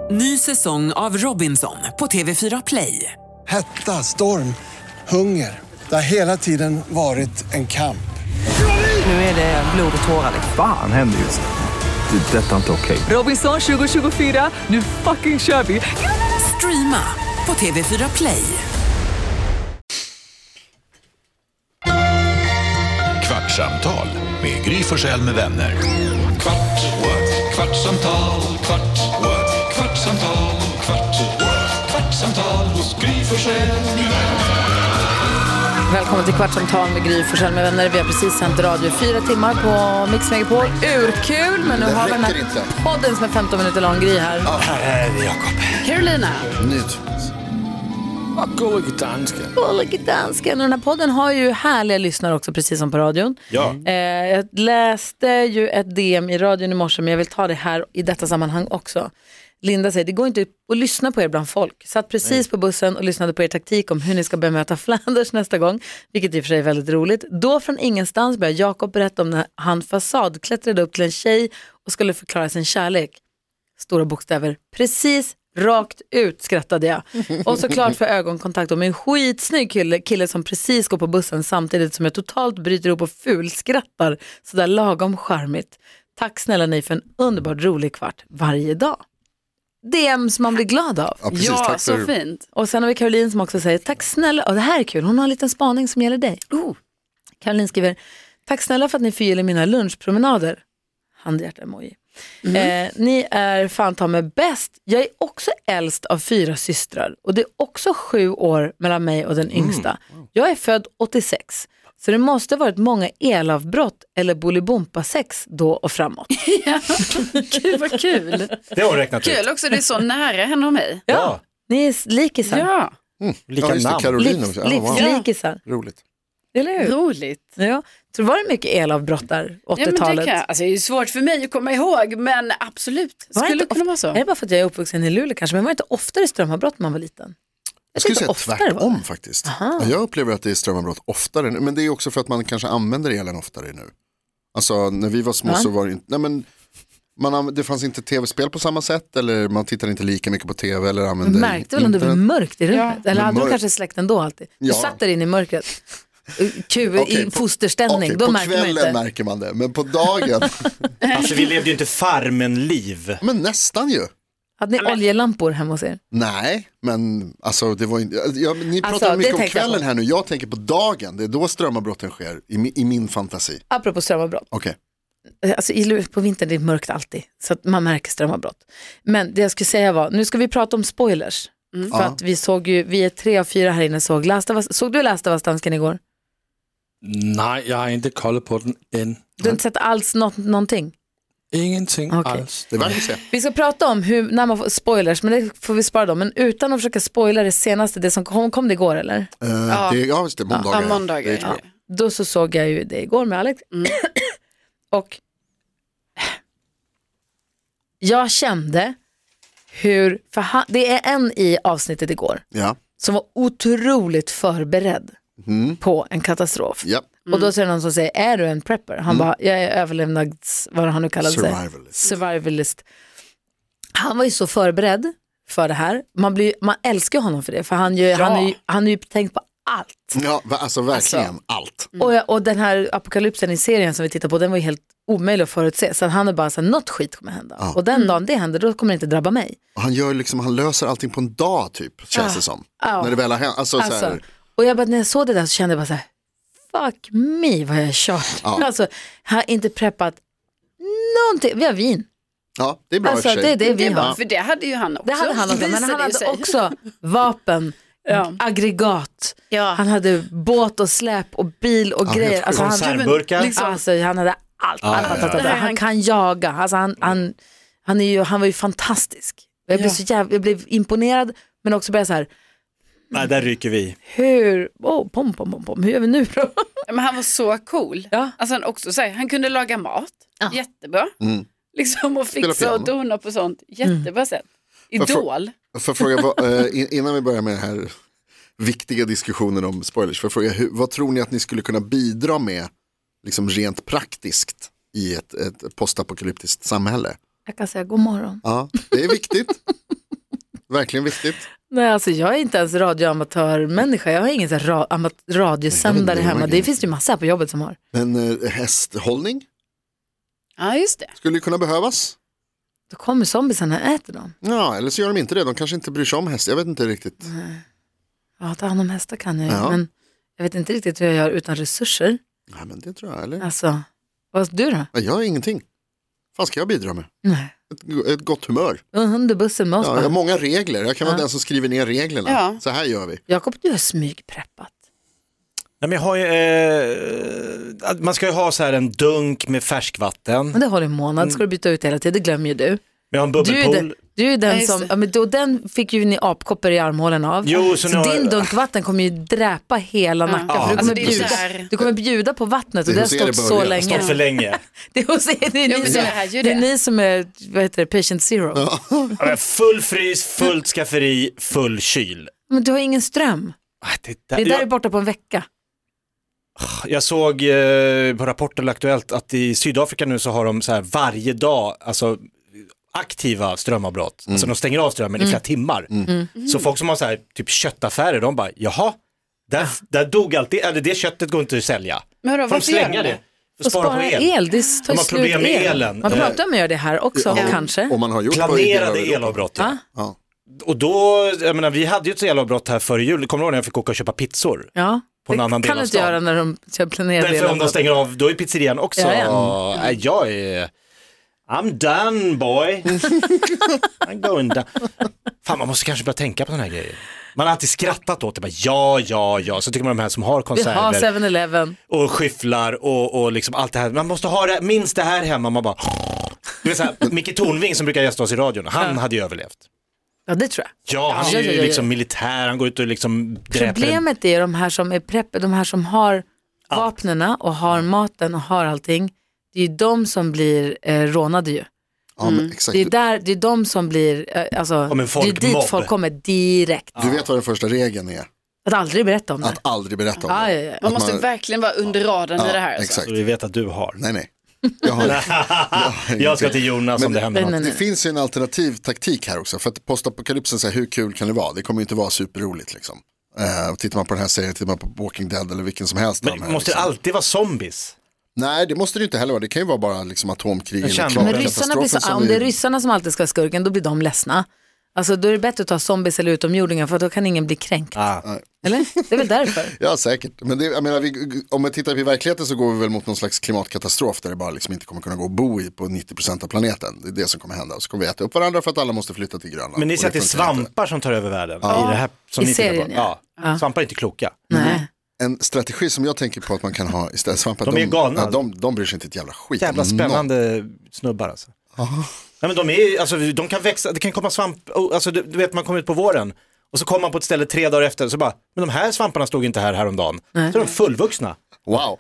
Ny säsong av Robinson på TV4 Play. Hetta, storm, hunger. Det har hela tiden varit en kamp. Nu är det blod och tårar. Fan händer just nu. Det. Detta är inte okej. Robinson 2024, nu fucking kör vi. Streama på TV4 Play. Kvartsamtal med Gry Forssell med vänner. Kvart, what? Kvartsamtal, kvart, what? Kvartsamtal, kvart, what? Kvartsamtal hos Gry Forssell med vänner. Välkommen till Kvartsamtal med Gry Forssell med vänner. Vi har precis sänt radio 4 timmar på Mix Megapol. Urkul, men nu har vi den här podden som är 15 minuter lång. Gry här. Ja, här är Jakob. Carolina. Nytt. Gullige dansken. Den här podden har ju härliga lyssnare också, precis som på radion. Ja. Jag läste ju ett DM i radion i morse, men jag vill ta det här i detta sammanhang också. Linda säger, det går inte att lyssna på er bland folk. Satt precis på bussen och lyssnade på er taktik om hur ni ska bemöta Flanders nästa gång, vilket i och för sig är väldigt roligt. Då från ingenstans började Jakob berätta om när han klättrade upp till en tjej och skulle förklara sin kärlek. Stora bokstäver, precis rakt ut skrattade jag. Och såklart för ögonkontakt med en skitsnygg kille som precis går på bussen samtidigt som jag totalt bryter upp och fulskrattar sådär lagom charmigt. Tack snälla ni för en underbart rolig kvart varje dag. DM som man blir glad av. Ja, precis, ja tack så för... fint. Och sen har vi Caroline som också säger tack snälla, och det här är kul, hon har en liten spaning som gäller dig. Caroline skriver, tack snälla för att ni förgyller mina lunchpromenader. Handhjärta-emoji. Ni är fan ta mig bäst. Jag är också äldst av 4 systrar och det är också 7 år mellan mig och den yngsta. Jag är född 86. Så det måste ha varit många elavbrott eller bolibompa-sex då och framåt. Ja. Gud vad kul. Det har räknat ut. Kul också, det är så nära henne och mig. Ja, ni är likisar. Ja, Lika namn. Caroline också. Livslikisar. Roligt. Eller hur? roligt. Ja. Så var det mycket elavbrott där, Ja, men det, 80-talet? alltså, det är svårt för mig att komma ihåg, men absolut. Skulle kunna vara så. Är det bara för att jag är uppvuxen i Luleå kanske? Men var det inte oftare strömavbrott när man var liten? Jag skulle säga oftare, tvärtom faktiskt. Jag upplever att det är strömavbrott oftare nu, men det är också för att man kanske använder elen oftare nu. Alltså när vi var små så var det inte, nej men det fanns inte tv-spel på samma sätt eller man tittade inte lika mycket på tv eller använde Du märkte väl om det var mörkt i rummet? Ja. Eller hade du kanske släckt ändå alltid? Du Ja. satt där inne i mörkret. I fosterställning, då på märker man kvällen inte. märker man det, men på dagen Alltså vi levde ju inte Farmen-liv. men nästan ju. Hade ni oljelampor hemma hos er? Nej, men alltså det var inte, ni pratar Alltså, mycket det om tänkte jag kvällen på. här nu, jag tänker på dagen, det är då strömavbrotten sker i min fantasi. Apropå strömavbrott. Okej. Alltså på vintern är det mörkt alltid. Så att man märker strömavbrott. Men det jag skulle säga var, nu ska vi prata om spoilers. För att vi är 3 av 4 här inne såg Last of Us. Såg du Last of Us, dansken, igår? Nej, jag har inte kollat på den än. Du har inte sett alls någonting? Ingenting Okej. alls. Det är värt att se. Vi ska prata om när man får spoilers, men det får vi spara då. Men utan att försöka spoila det senaste, det som kom det igår, eller? Ja, just det, måndagar. Ja, måndagar. Det tror jag. Då så såg jag ju det igår med Alex. Och jag kände det är en i avsnittet igår Ja. som var otroligt förberedd på en katastrof. Ja. Och då så är det någon som säger, är du en prepper? Han bara, jag är överlevnads, vad han nu kallade sig. Survivalist. Han var ju så förberedd för det här. Man älskar honom för det, för han är ju tänkt på allt. Ja, alltså verkligen allt. Och den här apokalypsen i serien som vi tittar på, den var ju helt omöjlig att förutse. Så han är bara så här, något skit kommer hända. Ja. Och den dagen det händer, då kommer det inte drabba mig. Och han löser allting på en dag typ, känns det som. Ja. När det väl har hänt. Så här, och jag bara, när jag såg det där så kände jag bara så här, fuck me vad jag är kört. Ja. Alltså, jag har inte preppat någonting. Vi har vin. ja, det är bra Alltså, i och för sig. det vi Det har. var, för det hade ju han också. Det hade han också, men han hade också vapen, aggregat. Ja. Han hade båt och släp och bil och grejer. Alltså, Konservburkar. han hade allt. Han kan jaga. Alltså, han var ju fantastisk. Jag blev imponerad, men också bara så här, Nej, där ryker vi. hur gör vi nu då? Men han var så cool. Ja. Alltså han kunde laga mat. Jättebra. Liksom och Spela fixa och piano. dona på sånt. Jättebra sätt. Idol. För fråga, innan vi börjar med den här viktiga diskussionen om spoilers, för fråga, vad tror ni att ni skulle kunna bidra med liksom rent praktiskt i ett postapokalyptiskt samhälle? Jag kan säga god morgon. Ja, det är viktigt. Verkligen viktigt. Nej, alltså jag är inte ens radioamatörmänniska. Jag har ingen sån här radiosändare hemma. Det finns ju massa på jobbet som har. Men hästhållning? Ja, just det. Skulle ju kunna behövas. Då kommer zombiesarna och äter dem. Ja, eller så gör de inte det. De kanske inte bryr sig om häst. Jag vet inte riktigt. Ja, ta hand om hästar kan jag ju. Men jag vet inte riktigt hur jag gör utan resurser. Nej, men det tror jag, eller? Alltså, vad du då? Jag har ingenting. Vad ska jag bidra med? Nej. Ett gott humör. Underbussen med oss. Ja, jag har många regler. Jag kan vara den som skriver ner reglerna. Ja. Så här gör vi. Jakob, du har smygpreppat. Nej, men jag har ju, man ska ju ha så här en dunk med färskvatten. Men det har du en månad, ska du byta ut hela tiden, det glömmer ju du. Jag har en bubbelpool. Du är den som, ja, men då, den fick ju ni apkoppor i armhålen av. Jo, så din dunkvatten kommer ju dräpa hela nacken. Ja, För alltså du kommer bjuda på vattnet och det har stått så länge. Stått för länge. Det är ni som är, vad heter det, patient zero. Ja. Full frys, fullt skafferi, full kyl. Men du har ingen ström. Det är där är borta på en vecka. Jag såg på Rapporten Aktuellt att i Sydafrika nu så har de så här varje dag, alltså aktiva strömavbrott. Alltså de stänger av strömmen i flera timmar. Så folk som har så här typ köttaffärer, de bara, jaha, där dog alltid, eller det köttet går inte att sälja. Men då, de slänger det. Och spara el. Det tar de har problem med elen. Man pratar om att göra det här också, kanske. Och man har gjort planerade elavbrott. Ja. Och då, jag menar, vi hade ju ett elavbrott här före jul. Kommer du ihåg när jag fick åka och köpa pizzor? Ja. På en annan del av kan du inte göra när de kör planerade elavbrott. Därför om de stänger av, då är pizzerian också. Jag är... I'm done, boy. I'm going down. Fan, man måste kanske börja tänka på den här grejen. Man har alltid skrattat åt det. Bara, ja. Så tycker man de här som har konserver. Vi har 7-Eleven. Och skyfflar och liksom allt det här. Man måste ha det, minst det här hemma. Man bara... Du vet såhär, Micke Tornving som brukar gästa oss i radion. Han hade ju överlevt. Ja, det tror jag. Ja, han är ju liksom militär. Han går ut och liksom dräper. Problemet är de här som är preppade, de här som har vapnena och har maten och har allting. Det är ju de som blir rånade ju. Ja, men exakt. Det är de som blir, alltså, det är dit folk kommer direkt. Du vet vad den första regeln är? Att aldrig berätta om det. Att aldrig berätta om det. Ja. Man måste verkligen vara under raden i det här. Exakt. Så vi vet att du har. Nej. Jag ska till Jonas om det händer något. Det finns ju en alternativ taktik här också. För att postapokalypsen säger hur kul kan det vara? Det kommer ju inte vara superroligt liksom. Tittar man på den här serien, tittar man på Walking Dead eller vilken som helst. Men här, måste det alltid vara zombies? Nej, det måste det inte heller vara. Det kan ju vara bara liksom atomkrig. Men ryssarna blir så, om det är ryssarna som alltid ska skurken, då blir de ledsna. Alltså då är det bättre att ta zombies eller utomjordingar, för då kan ingen bli kränkt. Eller? Det är väl därför. Ja, säkert. Men det, jag menar, om vi tittar på verkligheten så går vi väl mot någon slags klimatkatastrof där det bara liksom inte kommer kunna gå att bo i på 90% av planeten. Det är det som kommer hända. Så kommer vi äta upp varandra för att alla måste flytta till Grönland. Men ni säger att det är svampar som tar över världen i det här som I ni serien, tittar på. Svampar är inte kloka. Nej. En strategi som jag tänker på att man kan ha istället svampar. De är galna. Ja, de bryr sig inte ett jävla skit. Jävla spännande snubbar alltså. Nej, men de är, alltså, de kan växa, det kan komma svamp, alltså du vet, man kommer ut på våren och så kommer man på ett ställe 3 dagar efter så bara, men de här svamparna stod inte här häromdagen. Så är de fullvuxna. Wow.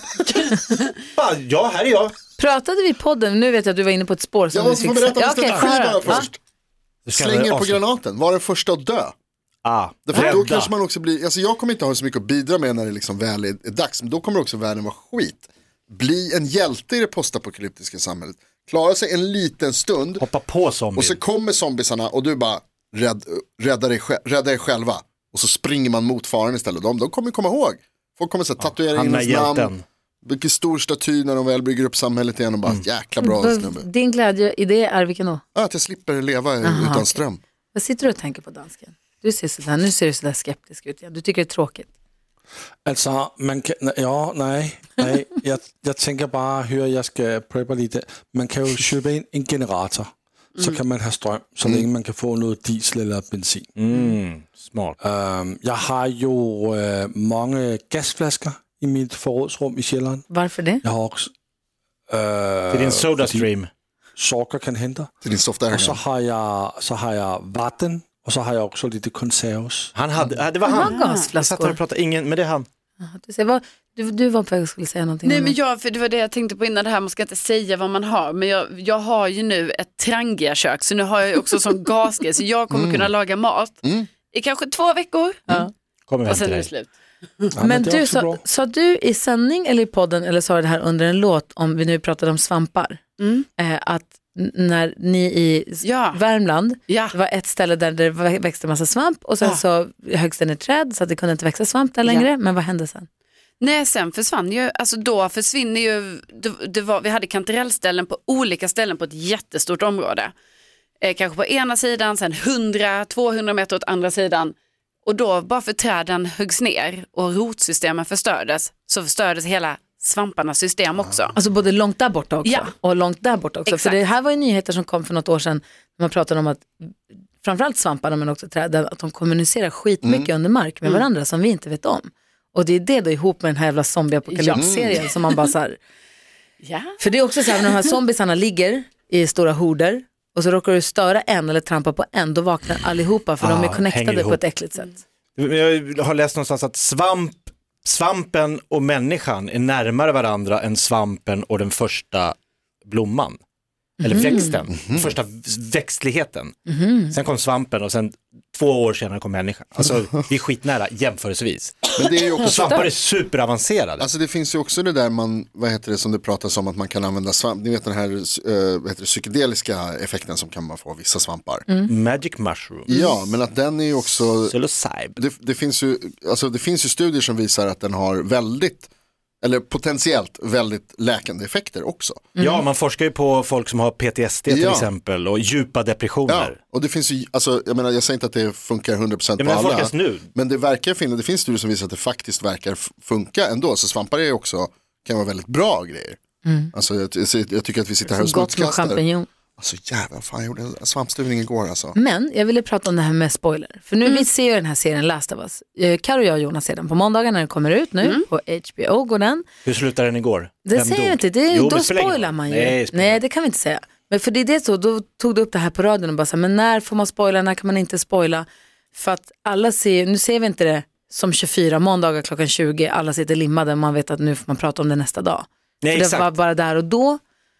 Ja, här är jag. Pratade vi i podden, nu vet jag att du var inne på ett spår som jag måste få berätta om strategi bara först. Slänger på granaten, var den första att dö. Därför då kanske man också blir, alltså jag kommer inte ha så mycket att bidra med när det liksom väl är dags, men då kommer också världen vara skit. Bli en hjälte i det postapokalyptiska samhället. Klara sig en liten stund. Hoppa på zombies. Och så kommer zombiesarna och du bara rädda dig själva. Och så springer man mot faran istället. De kommer komma ihåg. Folk kommer att tatuera in hans namn. Vilken stor staty när de väl bygger upp samhället igen och bara jäkla bra snubbe. Din glädjeidé är vilken då? Att jag slipper leva utan ström. Vad sitter du och tänker på, dansken? Nu ser du sådär skeptisk ut igen. Du tycker det är tråkigt. Alltså, man kan, nej. Jag tänker bara hur jag ska preppa lite. Man kan ju köpa in en generator. Så kan man ha ström så länge man kan få något diesel eller bensin. Smart. Jag har ju många gasflaskor i mitt förrådsrum i Själland. Varför det? Jag har också... Till din SodaStream. Saker kan hända. Till din softa. Och så har jag vatten. Och så har jag också lite konservs. Han hade, det var han. Gasflaskor. Jag satt här och pratade, men det är han. Du var på väg att skulle säga någonting. Nej, men för det var det jag tänkte på innan det här. Man ska inte säga vad man har. Men jag har ju nu ett Trangia-kök. Så nu har jag också sån gasgrej. Så jag kommer kunna laga mat i kanske 2 veckor. Kommer och sen är det slut. Ja, men du, sa du i sändning eller i podden, eller sa du det här under en låt, om vi nu pratade om svampar, att när ni i Värmland, det var ett ställe där det växte massa svamp och sen så höggs den i träd så att det kunde inte växa svamp där längre. Men vad hände sen? Nej, sen försvann ju, alltså då försvinner ju, vi hade kantarellställen på olika ställen på ett jättestort område. Kanske på ena sidan, sen 100-200 meter åt andra sidan. Och då bara för träden huggs ner och rotsystemen förstördes, så förstördes hela svamparnas system också. Alltså både långt där borta också och långt där borta också. Exakt. För det här var ju nyheter som kom för något år sedan när man pratade om att framförallt svamparna men också träden, att de kommunicerar skitmycket under mark med varandra som vi inte vet om. Och det är det då ihop med den här jävla zombie-apokalypserien som man bara så här... För det är också så här, när de här zombiesarna ligger i stora horder och så råkar du störa en eller trampa på en, då vaknar allihopa för de är connectade på ett äckligt sätt. Jag har läst någonstans att svampen och människan är närmare varandra än svampen och den första blomman. Eller växten, första växtligheten. Sen kom svampen och sen 2 år senare kom människan. Alltså vi är skitnära jämförelsevis. Men det är ju också svampar är superavancerade. Alltså det finns ju också det där vad heter det som det pratas om att man kan använda svamp. Ni vet den här psykedeliska effekten som kan man få av vissa svampar. Magic mushroom. Ja, men att den är ju också... Psilocybe. Det finns ju studier som visar att den har eller potentiellt väldigt läkande effekter också. Ja, man forskar ju på folk som har PTSD till exempel och djupa depressioner. Ja, och det finns ju, alltså, jag säger inte att det funkar 100% på alla. Men det verkar det finns studier som visar att det faktiskt verkar funka ändå. Så svampar är också, kan vara väldigt bra grejer. Alltså, jag tycker att vi sitter här och smutskastar. Alltså jävlar, fan, jag gjorde en svampstuvning igår alltså. Men jag ville prata om det här med spoiler. För nu vi ser ju den här serien Last of Us. Karo och jag och Jonas ser den på måndagar när den kommer ut nu. På HBO går den. Hur slutade den igår? Det säger jag inte, då spoilar man ju. Nej, det kan vi inte säga. Men för det är det så, då tog du upp det här på radion och bara så här, men när får man spoila, när kan man inte spoila? För att alla ser, nu ser vi inte det som 24 måndagar klockan 20, alla sitter limmade och man vet att nu får man prata om det nästa dag. Nej, för det var bara där och då.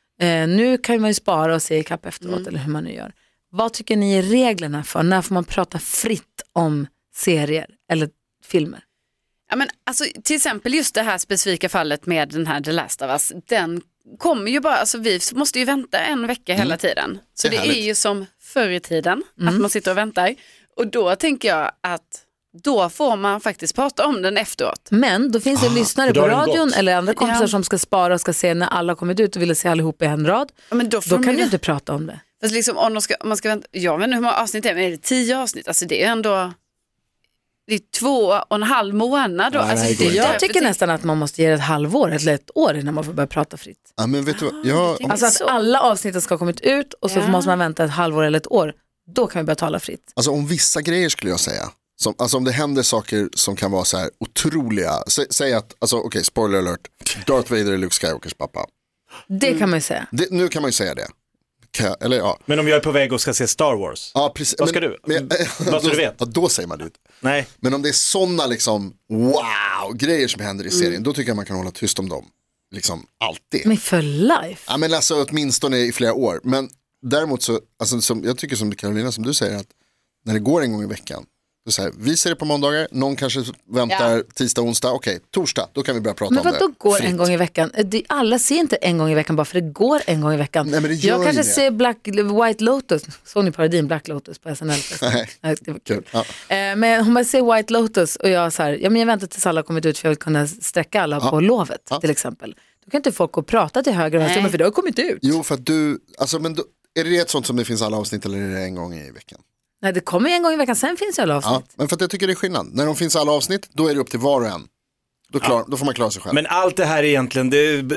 Nu kan man ju spara och se i kapp efteråt eller hur man nu gör. Vad tycker ni är reglerna för? När får man prata fritt om serier eller filmer? Ja, men alltså, till exempel just det här specifika fallet med den här The Last of Us. Den kommer ju bara, alltså vi måste ju vänta en vecka hela tiden. Så det är ju som förr i tiden att man sitter och väntar. Och då tänker jag att då får man faktiskt prata om den efteråt. Men då finns det lyssnare på radion eller andra kompisar som ska spara och ska se när alla kommit ut och vill se allihop i en rad. Ja, men då kan du inte prata om det. Fast liksom om man ska vänta, jag vet inte hur många avsnitt det är, men är det 10 avsnitt? Alltså det är ändå, det är 2,5 månader då. Ja, alltså, jag tycker nästan att man måste ge ett halvår eller ett år innan man får börja prata fritt. Ja, men vet du vad? Alltså att alla avsnitt ska ha kommit ut och så måste man vänta ett halvår eller ett år. Då kan vi börja tala fritt. Alltså om vissa grejer skulle jag säga. Alltså om det händer saker som kan vara så här otroliga. Säg att, alltså okej, spoiler alert. Darth Vader är Luke Skywalkers pappa. Det kan man ju säga. Nu kan man ju säga det. Eller, ja. Men om jag är på väg och ska se Star Wars. Ja, precis. Vad ska du? Vad ska du vet? Då säger man det ut. Nej. Men om det är sådana liksom, wow, grejer som händer i serien. Då tycker jag man kan hålla tyst om dem. Liksom alltid. Men för life. Ja, men alltså åtminstone i flera år. Men däremot så, alltså, jag tycker som Carolina, som du säger, att när det går en gång i veckan. Så här, vi ser det på måndagar, någon kanske väntar tisdag, onsdag, okej, torsdag, då kan vi börja prata om det. Men vad då går fritt. En gång i veckan? Alla ser inte en gång i veckan bara för det går en gång i veckan. Nej, men jag kanske ser White Lotus, såg ni parodin Black Lotus på SNL? Nej, det var kul. Ja. Men om man ser White Lotus och jag så här, jag väntar tills alla kommit ut för jag vill kunna sträcka alla på lovet till exempel. Då kan inte folk gå och prata till höger och vänster, men för det har kommit ut. Jo, för att du, alltså, men då, är det ett sånt som det finns alla avsnitt eller är det en gång i veckan? Nej, det kommer en gång i veckan, sen finns ju alla avsnitt. Ja, men för att jag tycker det är skillnad. När de finns alla avsnitt, då är det upp till var och en. Då får man klara sig själv. Men allt det här är egentligen, det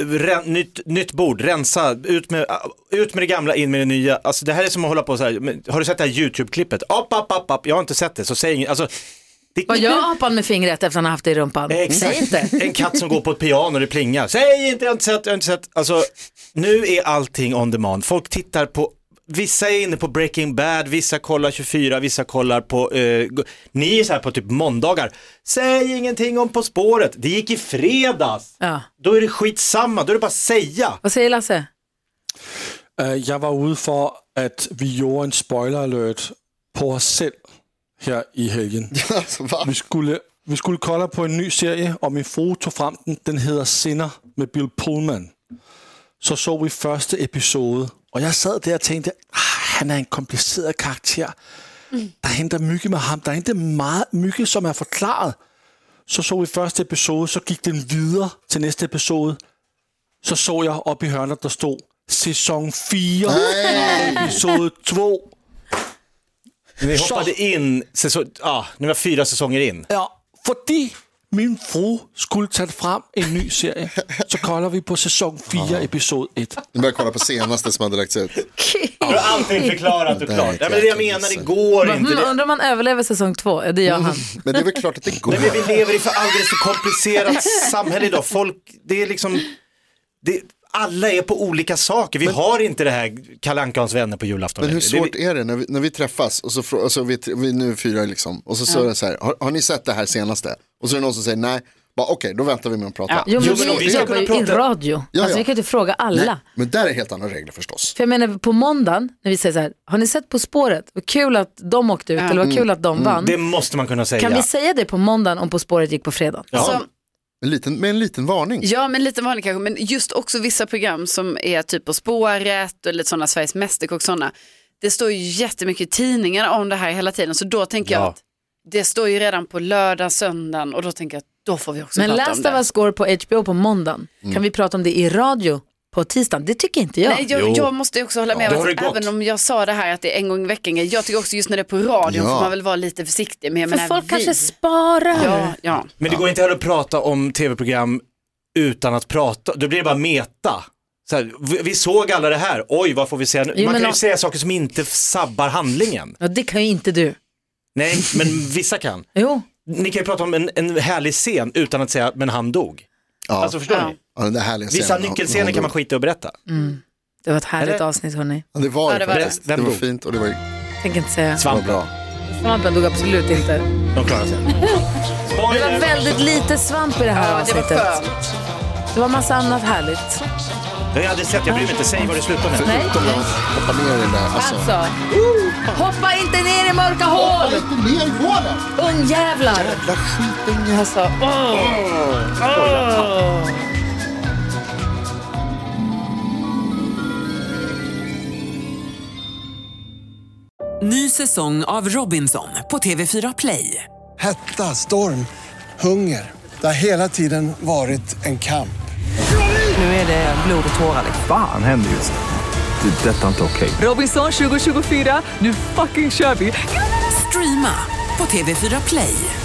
är nytt bord, rensa, ut med det gamla, in med det nya. Alltså det här är som att hålla på så här. Har du sett det här YouTube-klippet? Upp, jag har inte sett det, så säg inget. Alltså, vad gör apan med fingret efter att han har haft det i rumpan? Exakt. Säg inte. En katt som går på ett piano och det plingar. Säg inte, jag har inte sett. Alltså, nu är allting on demand. Folk tittar på, vissa är inne på Breaking Bad, vissa kollar 24, vissa kollar på, ni är så här på typ måndagar. Säg ingenting om På spåret. Det gick i fredags. Ja. Då är det skitsamma, då är det bara att säga. Vad säger Lasse? Jag var ute för att vi gjorde en spoiler alert på oss själv här i helgen. Vi skulle kolla på en ny serie och min fru tog fram den heter Sinner med Bill Pullman. Så såg vi första episode Och jag satt där och tänkte, han är en komplicerad karaktär. Det händer mycket med ham. Det är inte mycket som är förklarat. Så såg vi första episod, så gick den vidare till nästa episod. Så såg jag upp i hörnet, där stod säsong 4, episod 2. Vi hoppade in, nu var 4 säsonger in. Ja, fordi min fru skulle ta fram en ny serie, så kollar vi på säsong 4, episod 1. Nu börjar kolla på senaste som hade lagts ut. Du har allting förklarat och klart. Ja, men det jag menar, det går inte. Undrar om man överlever säsong 2, det gör han. Men det är väl klart att det går. Nej, men vi lever i för alldeles för komplicerat samhälle idag. Folk, det är liksom... alla är på olika saker. Vi har inte det här Kalle Anka och hans vänner på julafton. Men hur svårt är det när vi träffas och så vi nu 4 liksom, och så är det så här, har ni sett det här senaste? Och så är det någon som säger nej. Okej, då väntar vi med att prata. Ja. Jo, men vi jobbar ju i radio. Ja. Alltså, vi kan inte fråga alla. Nej, men där är helt andra regler förstås. För jag menar, på måndagen, när vi säger så här, har ni sett På spåret? Vad kul att de åkte ut, eller vad kul att de vann. Det måste man kunna säga. Kan vi säga det på måndagen om På spåret gick på fredag? Ja. Alltså, med en liten varning. Ja, men en liten varning kanske. Men just också vissa program som är typ På spåret och lite sådana Sveriges Mästerkock och sådana. Det står ju jättemycket i tidningarna om det här hela tiden. Så då tänker jag att det står ju redan på lördag, söndagen, och då tänker jag att då får vi också prata om det. Men Last of Us går på HBO på måndagen. Kan vi prata om det i radio på tisdagen? Det tycker inte jag. Nej, jag måste också hålla med. Även om jag sa det här att det är en gång i veckan. Jag tycker också just när det är på radion får man väl vara lite försiktig med. För folk kanske sparar. Ja. Men det går inte heller att prata om tv-program utan att prata. Då blir det bara meta. Så här, vi såg alla det här. Oj, vad får vi säga nu? Man kan ju säga saker som inte sabbar handlingen. Ja, det kan ju inte du. Nej, men vissa kan. Jo. Ni kan ju prata om en härlig scen utan att säga men han dog. Ja. Alltså förstår ni? Ja, den där härliga scenen, vissa nyckelscener kan man skita och berätta. Det var ett härligt avsnitt, hörni. Ja, det var fint och det var tänker inte säga. Svampen. Svampen dog absolut inte. De klarar sig. Det var väldigt lite svamp i det här avsnittet. Det var skönt. Det var massa annat härligt. Jag hade sett, jag bryr mig inte. Säg vad det slutar med. Nej. Hoppa ner i den där. Alltså. Hoppa inte ner i mörka hål! Hoppa inte ner i hålen! Ungjävlar! Jävla skiten. Alltså. Ny säsong av Robinson på TV4 Play. Hetta, storm, hunger. Det har hela tiden varit en kamp. Nu är det blod och tårar. Fan händer just det. Det är detta inte okej. Robinson 2024, nu fucking kör vi. Streama på TV4 Play.